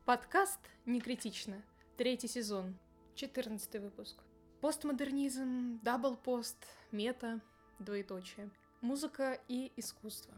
Подкаст «Не критично». 3-й сезон. 14-й выпуск. Постмодернизм, даблпост, мета, двоеточие. Музыка и искусство.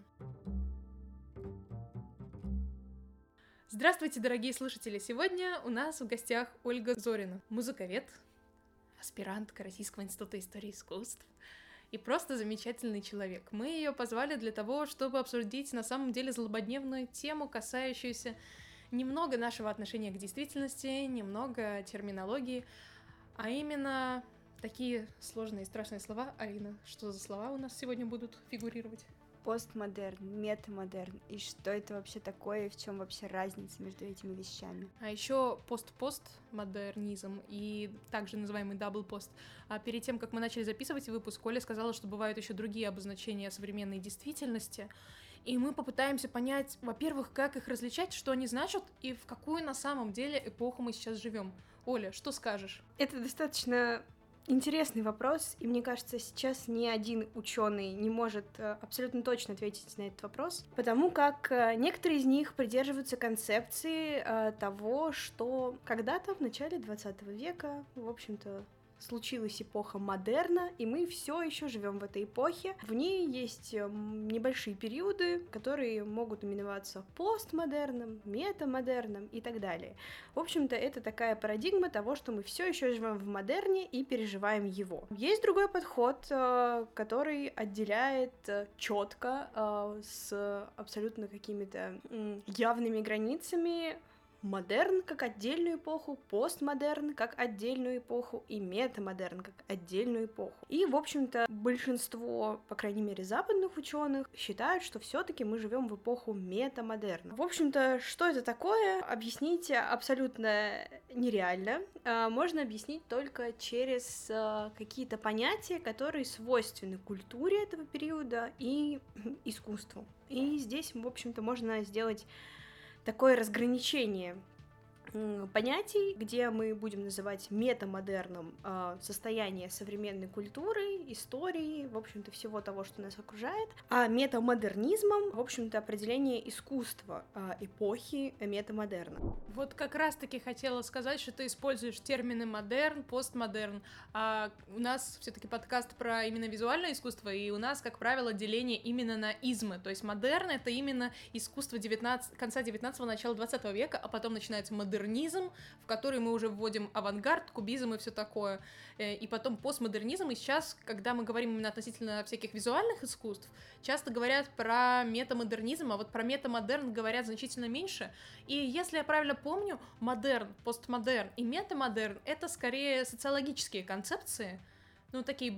Здравствуйте, дорогие слушатели! Сегодня у нас в гостях Ольга Зорина, музыковед, аспирантка Российского института истории искусств и просто замечательный человек. Мы ее позвали для того, чтобы обсудить на самом деле злободневную тему, касающуюся немного нашего отношения к действительности, немного терминологии, а именно такие сложные и страшные слова. Алина, что за слова у нас сегодня будут фигурировать? Постмодерн, метамодерн, и что это вообще такое, и в чем вообще разница между этими вещами. А еще постмодернизм и также называемый даблпост. А перед тем, как мы начали записывать выпуск, Оля сказала, что бывают еще другие обозначения современной действительности, и мы попытаемся понять, во-первых, как их различать, что они значат, и в какую на самом деле эпоху мы сейчас живем. Оля, что скажешь? Это достаточно интересный вопрос, и мне кажется, сейчас ни один ученый не может абсолютно точно ответить на этот вопрос, потому как некоторые из них придерживаются концепции того, что когда-то в начале 20 века, в общем-то, случилась эпоха модерна, и мы все еще живем в этой эпохе. В ней есть небольшие периоды, которые могут именоваться постмодерном, метамодерном и так далее. В общем-то, это такая парадигма того, что мы все еще живем в модерне и переживаем его. Есть другой подход, который отделяет четко с абсолютно какими-то явными границами модерн как отдельную эпоху, постмодерн как отдельную эпоху и метамодерн как отдельную эпоху. И, в общем-то, большинство, по крайней мере, западных ученых считают, что все-таки мы живем в эпоху метамодерна. В общем-то, что это такое, объяснить абсолютно нереально. Можно объяснить только через какие-то понятия, которые свойственны культуре этого периода и искусству. И здесь, в общем-то, можно сделать такое разграничение понятий, где мы будем называть метамодерном состояние современной культуры, истории, в общем-то, всего того, что нас окружает, а метамодернизмом, в общем-то, определение искусства эпохи метамодерна. Вот как раз-таки хотела сказать, что ты используешь термины модерн, постмодерн, а у нас все-таки подкаст про именно визуальное искусство, и у нас, как правило, деление именно на измы, то есть модерн — это именно искусство конца 19-го, начала 20 века, а потом начинается модернизм, в который мы уже вводим авангард, кубизм и все такое, и потом постмодернизм, и сейчас, когда мы говорим именно относительно всяких визуальных искусств, часто говорят про метамодернизм, а вот про метамодерн говорят значительно меньше, и если я правильно помню, модерн, постмодерн и метамодерн — это скорее социологические концепции, ну, такие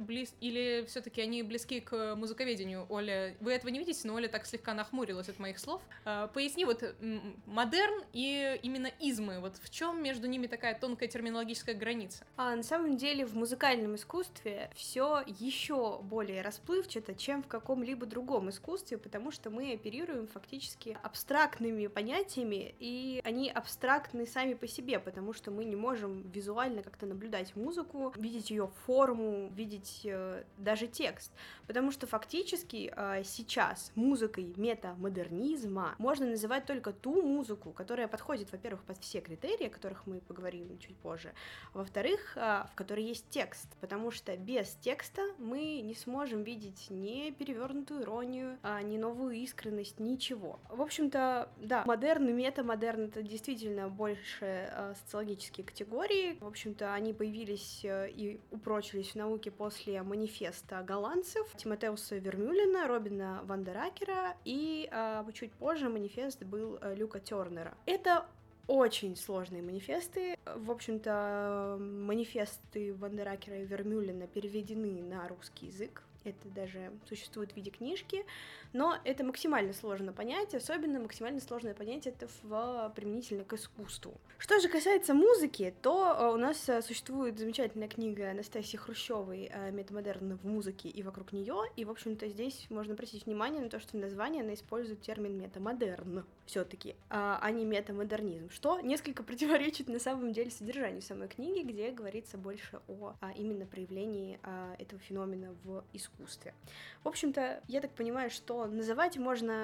или все-таки они близки к музыковедению. Оля, вы этого не видите, но Оля так слегка нахмурилась от моих слов. Поясни, вот модерн и именно измы, вот в чем между ними такая тонкая терминологическая граница? На самом деле в музыкальном искусстве все еще более расплывчато, чем в каком-либо другом искусстве, потому что мы оперируем фактически абстрактными понятиями, и они абстрактны сами по себе, потому что мы не можем визуально как-то наблюдать музыку, видеть ее форму, видеть даже текст, потому что фактически сейчас музыкой метамодернизма можно называть только ту музыку, которая подходит, во-первых, под все критерии, о которых мы поговорим чуть позже, а во-вторых, в которой есть текст, потому что без текста мы не сможем видеть ни перевернутую иронию, ни новую искренность, ничего. В общем-то, да, модерн и метамодерн — это действительно больше социологические категории, в общем-то, они появились и упрочились в науке после манифеста голландцев Тимотеуса Вермюлена, Робина ван дер Акера, и чуть позже манифест был Люка Тернера. Это очень сложные манифесты. В общем-то, манифесты ван дер Акера и Вермюлена переведены на русский язык. Это даже существует в виде книжки, но это максимально сложно понять, особенно максимально сложное понять это применительно к искусству. Что же касается музыки, то у нас существует замечательная книга Настасьи Хрущевой «Метамодерн в музыке и вокруг нее», и, в общем-то, здесь можно обратить внимание на то, что в названии она использует термин метамодерн все-таки, а не метамодернизм, что несколько противоречит на самом деле содержанию самой книги, где говорится больше о именно проявлении этого феномена в искусстве. В общем-то, я так понимаю, что называть можно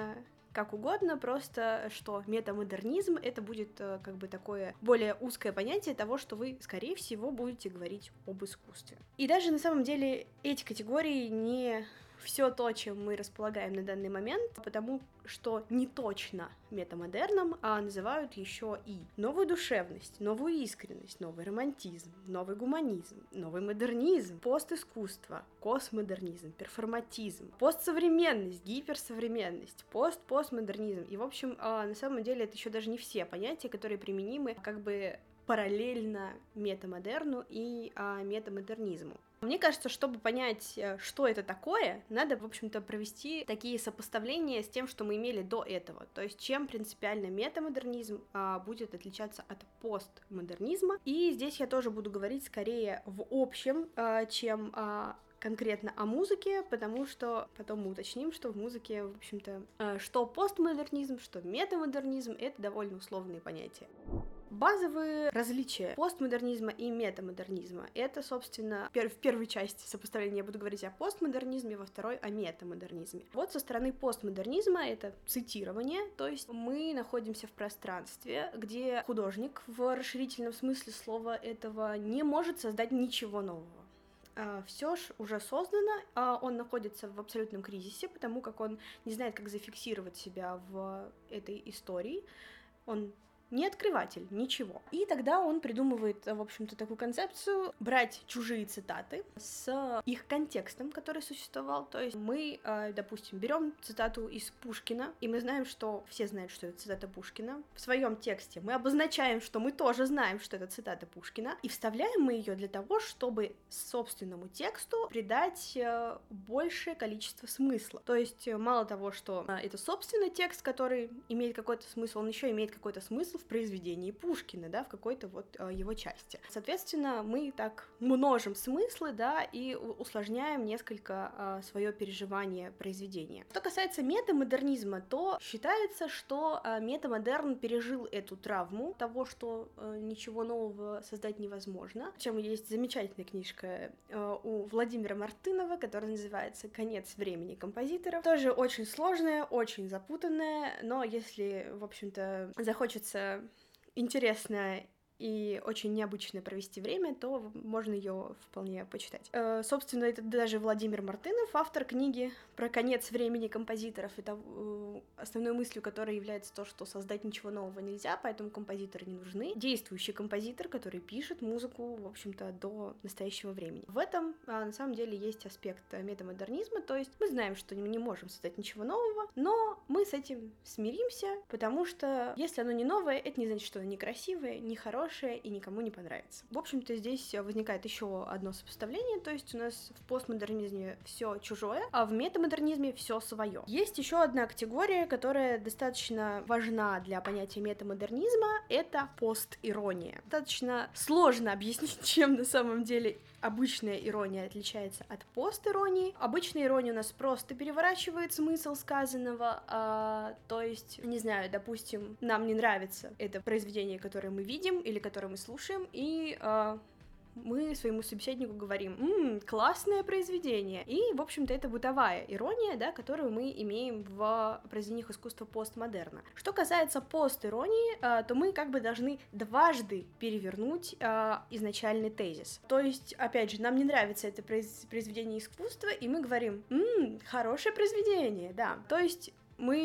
как угодно, просто что метамодернизм — это будет как бы такое более узкое понятие того, что вы, скорее всего, будете говорить об искусстве. И даже на самом деле эти категории не все то, чем мы располагаем на данный момент, потому что не точно метамодерном, а называют еще и новую душевность, новую искренность, новый романтизм, новый гуманизм, новый модернизм, постискусство, космодернизм, перформатизм, постсовременность, гиперсовременность, постмодернизм. И, в общем, на самом деле это еще даже не все понятия, которые применимы как бы параллельно метамодерну и метамодернизму. Мне кажется, чтобы понять, что это такое, надо, в общем-то, провести такие сопоставления с тем, что мы имели до этого. То есть, чем принципиально метамодернизм будет отличаться от постмодернизма. И здесь я тоже буду говорить скорее в общем, чем конкретно о музыке, потому что потом мы уточним, что в музыке, в общем-то, что постмодернизм, что метамодернизм — это довольно условные понятия. Базовые различия постмодернизма и метамодернизма — это, собственно, в первой части сопоставления я буду говорить о постмодернизме, во второй — о метамодернизме. Вот со стороны постмодернизма это цитирование, то есть мы находимся в пространстве, где художник в расширительном смысле слова этого не может создать ничего нового. Все уже создано, он находится в абсолютном кризисе, потому как он не знает, как зафиксировать себя в этой истории, он не открыватель, ничего. И тогда он придумывает, в общем-то, такую концепцию: брать чужие цитаты с их контекстом, который существовал. То есть мы, допустим, берем цитату из Пушкина, и мы знаем, что все знают, что это цитата Пушкина. В своем тексте мы обозначаем, что мы тоже знаем, что это цитата Пушкина, и вставляем мы ее для того, чтобы собственному тексту придать большее количество смысла. То есть мало того, что это собственный текст, который имеет какой-то смысл, он еще имеет какой-то смысл в произведении Пушкина, да, в какой-то вот его части. Соответственно, мы так множим смыслы, да, и усложняем несколько свое переживание произведения. Что касается метамодернизма, то считается, что метамодерн пережил эту травму того, что ничего нового создать невозможно. Причем есть замечательная книжка у Владимира Мартынова, которая называется «Конец времени композиторов». Тоже очень сложная, очень запутанная, но если, в общем-то, захочется интересно и очень необычно провести время, то можно ее вполне почитать. Собственно, это даже Владимир Мартынов, автор книги про конец времени композиторов, это основной мыслью которой является то, что создать ничего нового нельзя, поэтому композиторы не нужны. Действующий композитор, который пишет музыку, в общем-то, до настоящего времени. В этом, на самом деле, есть аспект метамодернизма, то есть мы знаем, что мы не можем создать ничего нового, но мы с этим смиримся, потому что если оно не новое, это не значит, что оно некрасивое, не хорошее и никому не понравится. В общем-то, здесь возникает еще одно сопоставление, то есть у нас в постмодернизме все чужое, а в метамодернизме все свое. Есть еще одна категория, которая достаточно важна для понятия метамодернизма, это постирония. Достаточно сложно объяснить, чем на самом деле обычная ирония отличается от постиронии. Обычная ирония у нас просто переворачивает смысл сказанного, то есть, не знаю, допустим, нам не нравится это произведение, которое мы видим или которое мы слушаем, и мы своему собеседнику говорим: классное произведение. И, в общем-то, это бытовая ирония, да, которую мы имеем в произведениях искусства постмодерна. Что касается постиронии, то мы как бы должны дважды перевернуть изначальный тезис. То есть, опять же, нам не нравится это произведение искусства, и мы говорим: хорошее произведение, да. То есть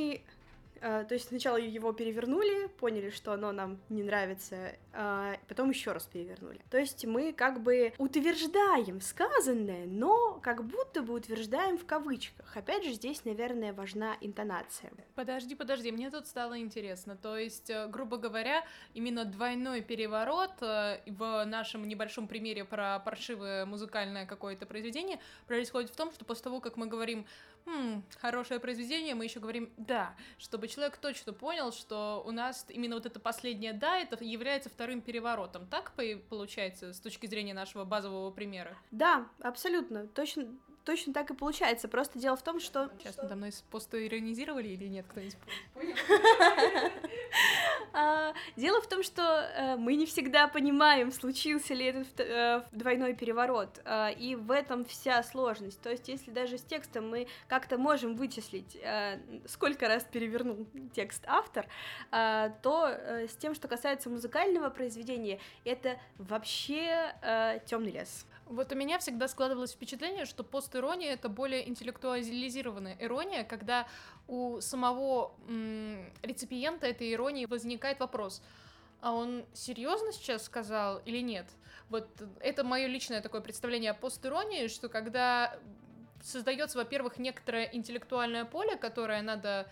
сначала его перевернули, поняли, что оно нам не нравится, потом еще раз перевернули. То есть мы как бы утверждаем сказанное, но как будто бы утверждаем в кавычках. Опять же, здесь, наверное, важна интонация. Подожди, мне тут стало интересно. То есть, грубо говоря, именно двойной переворот в нашем небольшом примере про паршивое музыкальное какое-то произведение происходит в том, что после того, как мы говорим хорошее произведение, мы еще говорим «да», чтобы человек точно понял, что у нас именно вот это последнее «да» это является вторым переворотом. Так получается с точки зрения нашего базового примера? Да, абсолютно, точно так и получается. Просто дело в том, что... Сейчас надо мной постоиронизировали или нет? Кто-нибудь понял? Дело в том, что мы не всегда понимаем, случился ли этот двойной переворот, и в этом вся сложность. То есть, если даже с текстом мы как-то можем вычислить, сколько раз перевернул текст автор, то с тем, что касается музыкального произведения, это вообще темный лес. Вот у меня всегда складывалось впечатление, что постирония — это более интеллектуализированная ирония, когда у самого реципиента этой иронии возникает вопрос: а он серьезно сейчас сказал или нет? Вот это мое личное такое представление о постиронии, что когда создается, во-первых, некоторое интеллектуальное поле, которое надо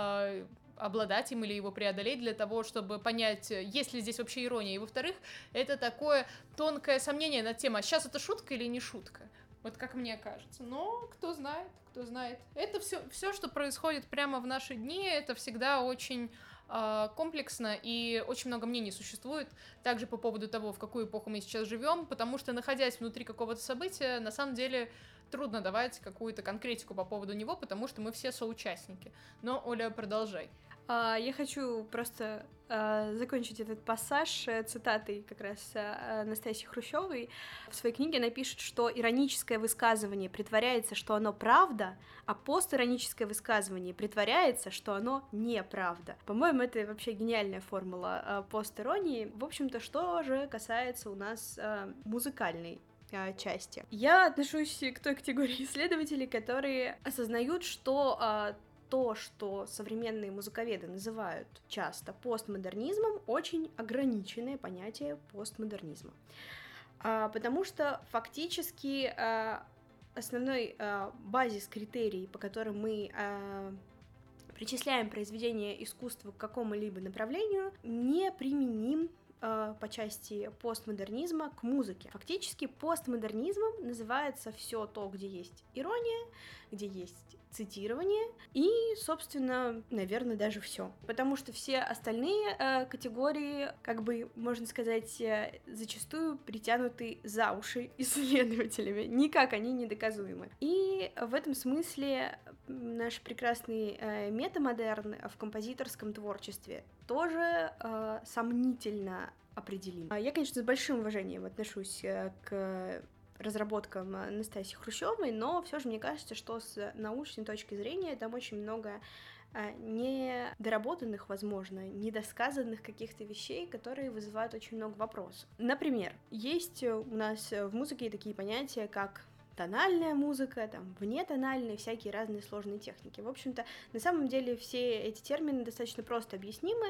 обладать им или его преодолеть для того, чтобы понять, есть ли здесь вообще ирония. И, во-вторых, это такое тонкое сомнение над тем, а сейчас это шутка или не шутка. Вот как мне кажется. Но кто знает, кто знает. Это все, что происходит прямо в наши дни, это всегда очень комплексно, и очень много мнений существует также по поводу того, в какую эпоху мы сейчас живем, потому что, находясь внутри какого-то события, на самом деле трудно давать какую-то конкретику по поводу него, потому что мы все соучастники. Но, Оля, продолжай. Я хочу просто закончить этот пассаж цитатой как раз Настасьи Хрущевой. В своей книге она пишет, что ироническое высказывание притворяется, что оно правда, а постироническое высказывание притворяется, что оно неправда. По-моему, это вообще гениальная формула постиронии. В общем-то, что же касается у нас музыкальной части. Я отношусь к той категории исследователей, которые осознают, что то, что современные музыковеды называют часто постмодернизмом, очень ограниченное понятие постмодернизма. Потому что фактически основной базис критерий, по которым мы причисляем произведение искусства к какому-либо направлению, не применим по части постмодернизма к музыке. Фактически постмодернизмом называется все то, где есть ирония, где есть цитирование и, собственно, наверное, даже все. Потому что все остальные категории, как бы, можно сказать, зачастую притянуты за уши исследователями. Никак они не доказуемы. И в этом смысле наш прекрасный метамодерн в композиторском творчестве тоже сомнительно определим. Я, конечно, с большим уважением отношусь к разработкам Настасьи Хрущевой, но все же мне кажется, что с научной точки зрения там очень много недоработанных, возможно, недосказанных каких-то вещей, которые вызывают очень много вопросов. Например, есть у нас в музыке такие понятия, как тональная музыка, там, внетональные, всякие разные сложные техники. В общем-то, на самом деле все эти термины достаточно просто объяснимы.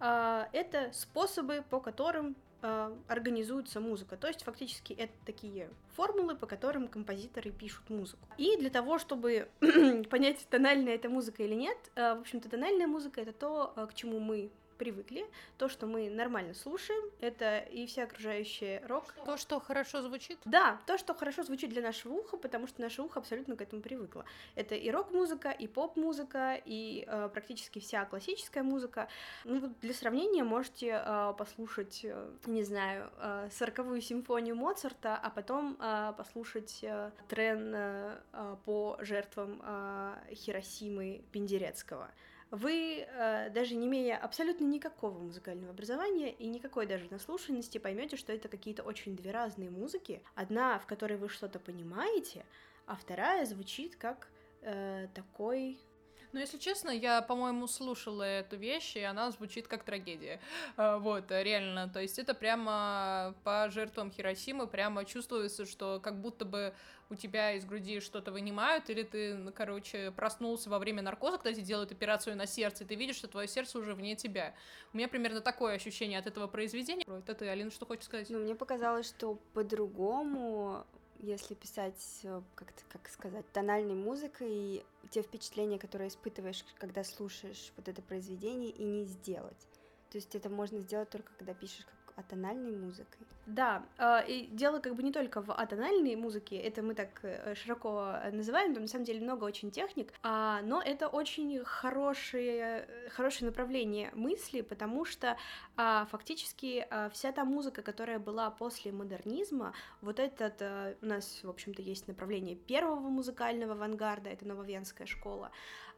Это способы, по которым организуется музыка. То есть, фактически, это такие формулы, по которым композиторы пишут музыку. И для того, чтобы понять, тональная это музыка или нет, в общем-то, тональная музыка — это то, к чему мы привыкли, то, что мы нормально слушаем, это и все окружающий рок. То, что хорошо звучит? Да, то, что хорошо звучит для нашего уха, потому что наше ухо абсолютно к этому привыкло. Это и рок-музыка, и поп-музыка, и практически вся классическая музыка. Ну, вот для сравнения можете послушать, не знаю, 40-ю симфонию Моцарта, а потом послушать трен по жертвам Хиросимы Пендерецкого. Вы, даже не имея абсолютно никакого музыкального образования и никакой даже наслушанности, поймете, что это какие-то очень две разные музыки. Одна, в которой вы что-то понимаете, а вторая звучит как такой... Ну, если честно, я, по-моему, слушала эту вещь, и она звучит как трагедия. Вот, реально. То есть это прямо по жертвам Хиросимы прямо чувствуется, что как будто бы у тебя из груди что-то вынимают, или ты, короче, проснулся во время наркоза, кстати, делают операцию на сердце, и ты видишь, что твое сердце уже вне тебя. У меня примерно такое ощущение от этого произведения. Это ты, Алина, что хочешь сказать? Ну, мне показалось, что по-другому, если писать, как сказать, тональной музыкой, те впечатления, которые испытываешь, когда слушаешь вот это произведение, и не сделать. То есть это можно сделать только, когда пишешь как атональной музыкой. Да, и дело как бы не только в атональной музыке, это мы так широко называем, там на самом деле много очень техник, но это очень хорошее направление мысли, потому что фактически вся та музыка, которая была после модернизма, вот этот, у нас, в общем-то, есть направление первого музыкального авангарда, это нововенская школа,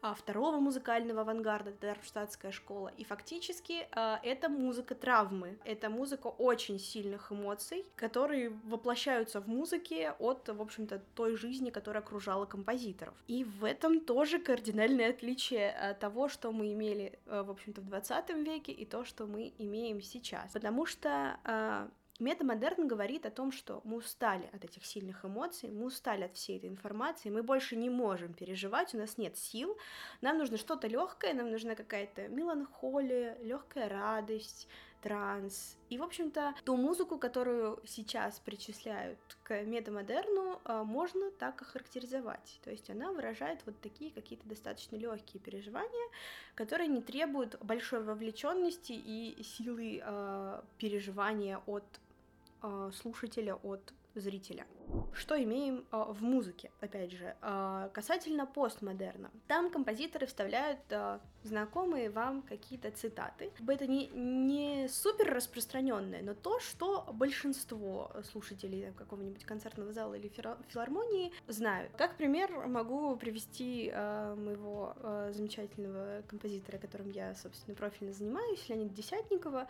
второго музыкального авангарда, Дармштадтская школа. И фактически это музыка травмы, это музыка очень сильных эмоций, которые воплощаются в музыке от, в общем-то, той жизни, которая окружала композиторов. И в этом тоже кардинальное отличие того, что мы имели, в общем-то, в 20 веке, и то, что мы имеем сейчас. Потому что метамодерн говорит о том, что мы устали от этих сильных эмоций, мы устали от всей этой информации, мы больше не можем переживать, у нас нет сил, нам нужно что-то легкое, нам нужна какая-то меланхолия, легкая радость, транс. И, в общем-то, ту музыку, которую сейчас причисляют к метамодерну, можно так охарактеризовать. То есть она выражает вот такие какие-то достаточно легкие переживания, которые не требуют большой вовлеченности и силы переживания от слушателя, от зрителя. Что имеем в музыке, опять же, касательно постмодерна. Там композиторы вставляют знакомые вам какие-то цитаты. Это не супер распространенное, но то, что большинство слушателей какого-нибудь концертного зала или филармонии знают. Как пример могу привести моего замечательного композитора, которым я, собственно, профильно занимаюсь, Леонида Десятникова.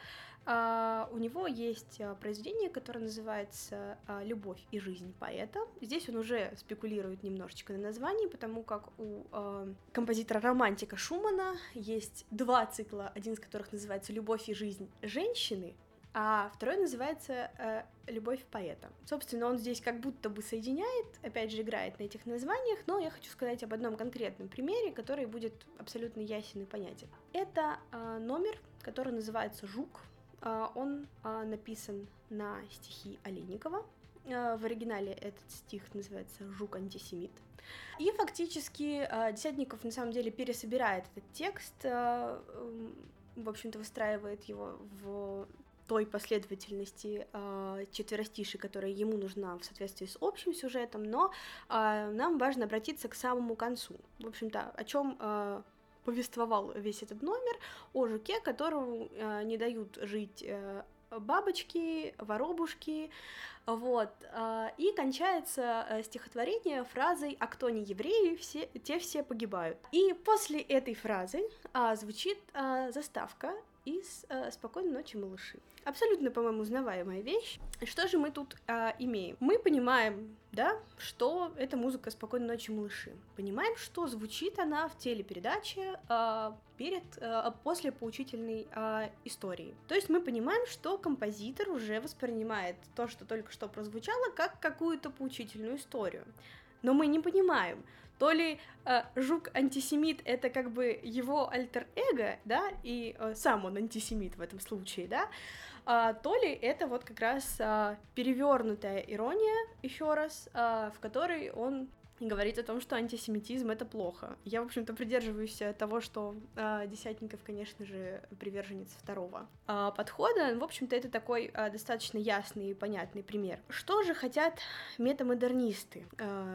У него есть произведение, которое называется «Любовь и жизнь поэта». Здесь он уже спекулирует немножечко на названии, потому как у композитора-романтика Шумана есть 2 цикла, один из которых называется «Любовь и жизнь женщины», а второй называется «Любовь поэта». Собственно, он здесь как будто бы соединяет, опять же, играет на этих названиях, но я хочу сказать об одном конкретном примере, который будет абсолютно ясен и понятен. Это номер, который называется «Жук». Он написан на стихи Олейникова. В оригинале этот стих называется «Жук-антисемит». И фактически Десятников на самом деле пересобирает этот текст, в общем-то выстраивает его в той последовательности четверостишей, которая ему нужна в соответствии с общим сюжетом, но нам важно обратиться к самому концу. В общем-то, о чем повествовал весь этот номер, о жуке, которому не дают жить бабочки, воробушки, вот, и кончается стихотворение фразой «А кто не евреи, те все погибают». И после этой фразы звучит заставка из «Спокойной ночи, малыши». Абсолютно, по-моему, узнаваемая вещь. Что же мы тут имеем? Мы понимаем, да, что это музыка «Спокойной ночи, малыши». Понимаем, что звучит она в телепередаче после поучительной истории. То есть мы понимаем, что композитор уже воспринимает то, что только что прозвучало, как какую-то поучительную историю. Но мы не понимаем, то ли жук-антисемит — это как бы его альтер-эго, да, и сам он антисемит в этом случае, да, то ли это вот как раз перевернутая ирония, еще раз, в которой он говорит о том, что антисемитизм — это плохо. Я, в общем-то, придерживаюсь того, что Десятников, конечно же, приверженец второго подхода. В общем-то, это такой достаточно ясный и понятный пример. Что же хотят метамодернисты?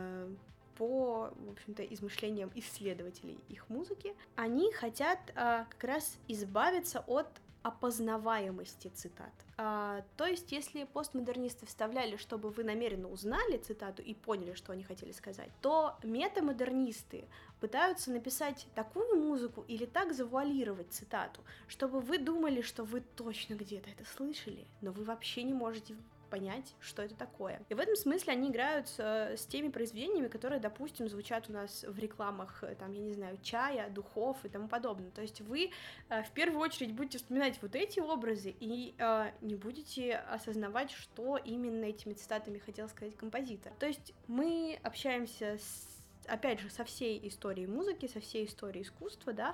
По, в общем-то, измышлениям исследователей их музыки, они хотят как раз избавиться от опознаваемости цитат. То есть, если постмодернисты вставляли, чтобы вы намеренно узнали цитату и поняли, что они хотели сказать, то метамодернисты пытаются написать такую музыку или так завуалировать цитату, чтобы вы думали, что вы точно где-то это слышали, но вы вообще не можете понять, что это такое. И в этом смысле они играют с теми произведениями, которые, допустим, звучат у нас в рекламах, там, я не знаю, чая, духов и тому подобное. То есть вы в первую очередь будете вспоминать вот эти образы и не будете осознавать, что именно этими цитатами хотел сказать композитор. То есть мы общаемся опять же, со всей историей музыки, со всей историей искусства, да,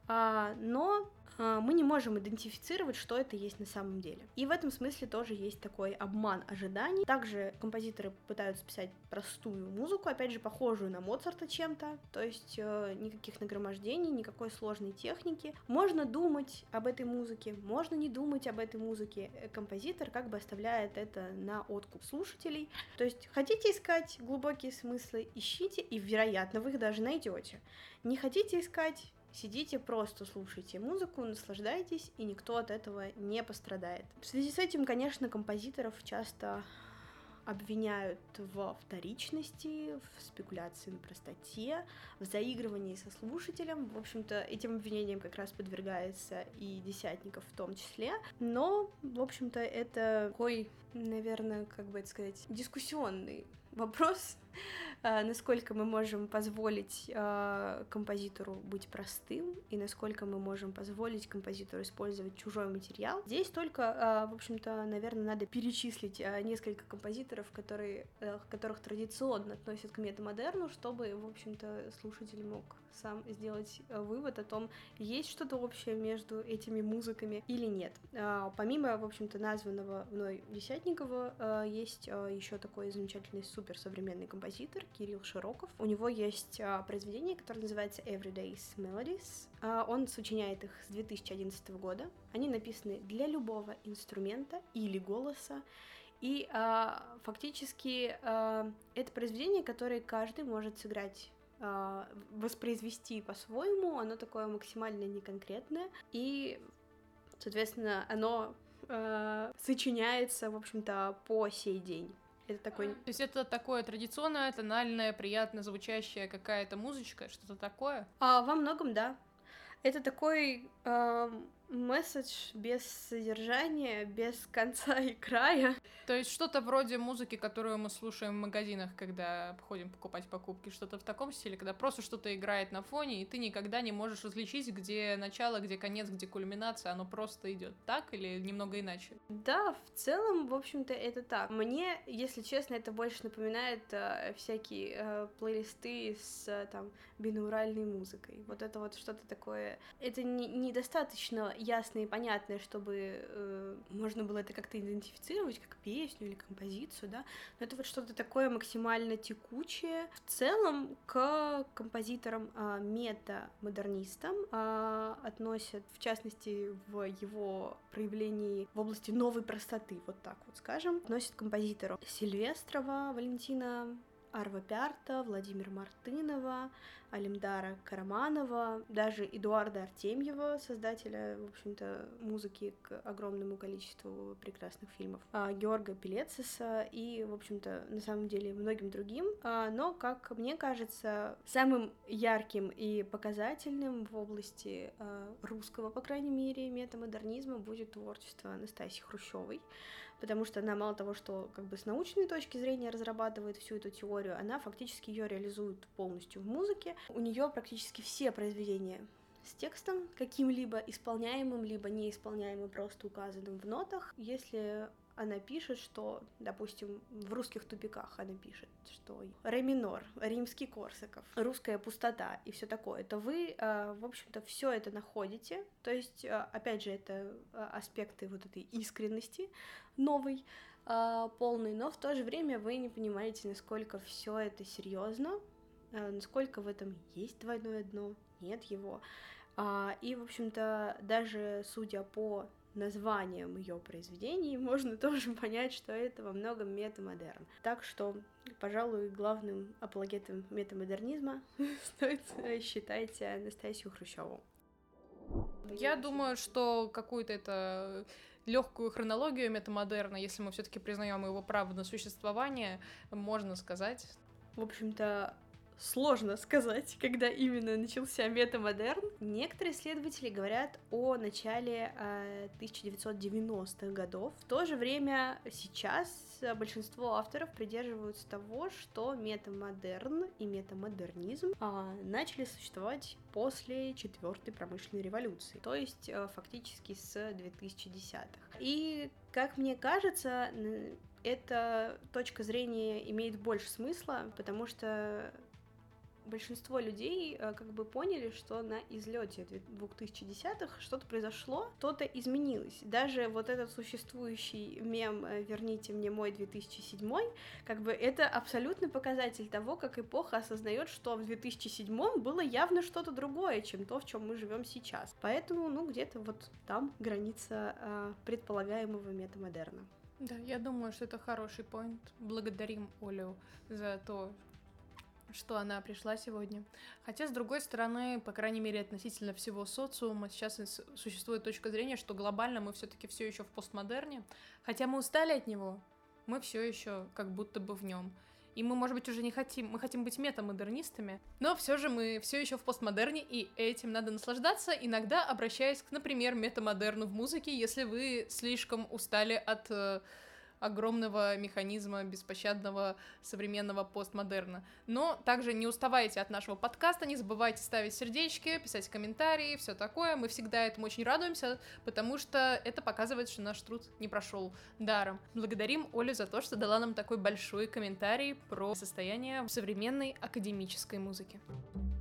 но мы не можем идентифицировать, что это есть на самом деле. И в этом смысле тоже есть такой обман ожиданий. Также композиторы пытаются писать простую музыку, опять же, похожую на Моцарта чем-то, то есть никаких нагромождений, никакой сложной техники. Можно думать об этой музыке, можно не думать об этой музыке. Композитор как бы оставляет это на откуп слушателей. То есть хотите искать глубокие смыслы, ищите, и, вероятно, вы их даже найдете. Не хотите искать, сидите, просто слушайте музыку, наслаждайтесь, и никто от этого не пострадает. В связи с этим, конечно, композиторов часто обвиняют в вторичности, в спекуляции на простоте, в заигрывании со слушателем. В общем-то, этим обвинениям как раз подвергается и Десятников в том числе. Но, в общем-то, это такой, наверное, как бы это сказать, дискуссионный вопрос, насколько мы можем позволить композитору быть простым и насколько мы можем позволить композитору использовать чужой материал. Здесь только, в общем-то, наверное, надо перечислить несколько композиторов, которых традиционно относят к метамодерну, чтобы, в общем-то, слушатель мог сам сделать вывод о том, есть что-то общее между этими музыками или нет. Помимо, в общем-то, названного мной Десятникова, есть еще такой замечательный суперсовременный композитор Кирилл Широков. У него есть произведение, которое называется Everyday's Melodies. Он сочиняет их с 2011 года. Они написаны для любого инструмента или голоса. И фактически это произведение, которое каждый может сыграть, воспроизвести по-своему. Оно такое максимально неконкретное. И, соответственно, оно сочиняется, в общем-то, по сей день. Это такой... То есть это такое традиционное, тональное, приятно звучащая какая-то музычка, что-то такое? Во многом, да. Это такой месседж без содержания, без конца и края. То есть что-то вроде музыки, которую мы слушаем в магазинах, когда ходим покупать покупки, что-то в таком стиле, когда просто что-то играет на фоне, и ты никогда не можешь различить, где начало, где конец, где кульминация, оно просто идет так или немного иначе? Да, в целом, в общем-то, это так. Мне, если честно, это больше напоминает всякие плейлисты с там бинауральной музыкой. Вот это вот что-то такое. Это недостаточно ясно и понятное, чтобы можно было это как-то идентифицировать, как песню или композицию, да, но это вот что-то такое максимально текучее. В целом к композиторам метамодернистам относят, в частности, в его проявлении в области новой простоты, вот так вот скажем, относят композиторов Сильвестрова Валентина, Арва Пярта, Владимира Мартынова, Алимдара Караманова, даже Эдуарда Артемьева, создателя, в общем-то, музыки к огромному количеству прекрасных фильмов, Георга Пелецеса и, в общем-то, на самом деле многим другим. Но, как мне кажется, самым ярким и показательным в области русского, по крайней мере, метамодернизма будет творчество Настасьи Хрущевой, потому что она мало того, что как бы с научной точки зрения разрабатывает всю эту теорию, она фактически ее реализует полностью в музыке. У нее практически все произведения с текстом, каким-либо исполняемым, либо неисполняемым, просто указанным в нотах. Если она пишет, что, допустим, в русских тупиках она пишет, что ре минор, римский Корсаков, русская пустота и все такое, то вы, в общем-то, все это находите. То есть, опять же, это аспекты вот этой искренности новой, полной, но в то же время вы не понимаете, насколько все это серьезно, насколько в этом есть двойное дно, нет его. И, в общем-то, даже судя по названием ее произведений, можно тоже понять, что это во многом метамодерн. Так что, пожалуй, главным апологетом метамодернизма стоит считать Настасью Хрущеву. Я думаю, что какую-то это легкую хронологию метамодерна, если мы все-таки признаем его право на существование, можно сказать. В общем-то, сложно сказать, когда именно начался метамодерн. Некоторые исследователи говорят о начале 1990-х годов. В то же время сейчас большинство авторов придерживаются того, что метамодерн и метамодернизм начали существовать после Четвертой промышленной революции, то есть фактически с 2010-х. И, как мне кажется, эта точка зрения имеет больше смысла, потому что большинство людей как бы поняли, что на излете 2010-х что-то произошло, что-то изменилось. Даже вот этот существующий мем «Верните мне мой 2007», как бы это абсолютный показатель того, как эпоха осознает, что в 2007 было явно что-то другое, чем то, в чем мы живем сейчас. Поэтому, где-то вот там граница предполагаемого метамодерна. Да, я думаю, что это хороший поинт. Благодарим Олю за то, что она пришла сегодня. Хотя, с другой стороны, по крайней мере, относительно всего социума, сейчас существует точка зрения, что глобально мы все-таки все еще в постмодерне, хотя мы устали от него, мы все еще как будто бы в нем. И мы, может быть, уже не хотим, мы хотим быть метамодернистами, но все же мы все еще в постмодерне, и этим надо наслаждаться, иногда обращаясь к, например, метамодерну в музыке, если вы слишком устали от огромного механизма беспощадного современного постмодерна. Но также не уставайте от нашего подкаста, не забывайте ставить сердечки, писать комментарии, все такое. Мы всегда этому очень радуемся, потому что это показывает, что наш труд не прошел даром. Благодарим Олю за то, что дала нам такой большой комментарий про состояние современной академической музыки.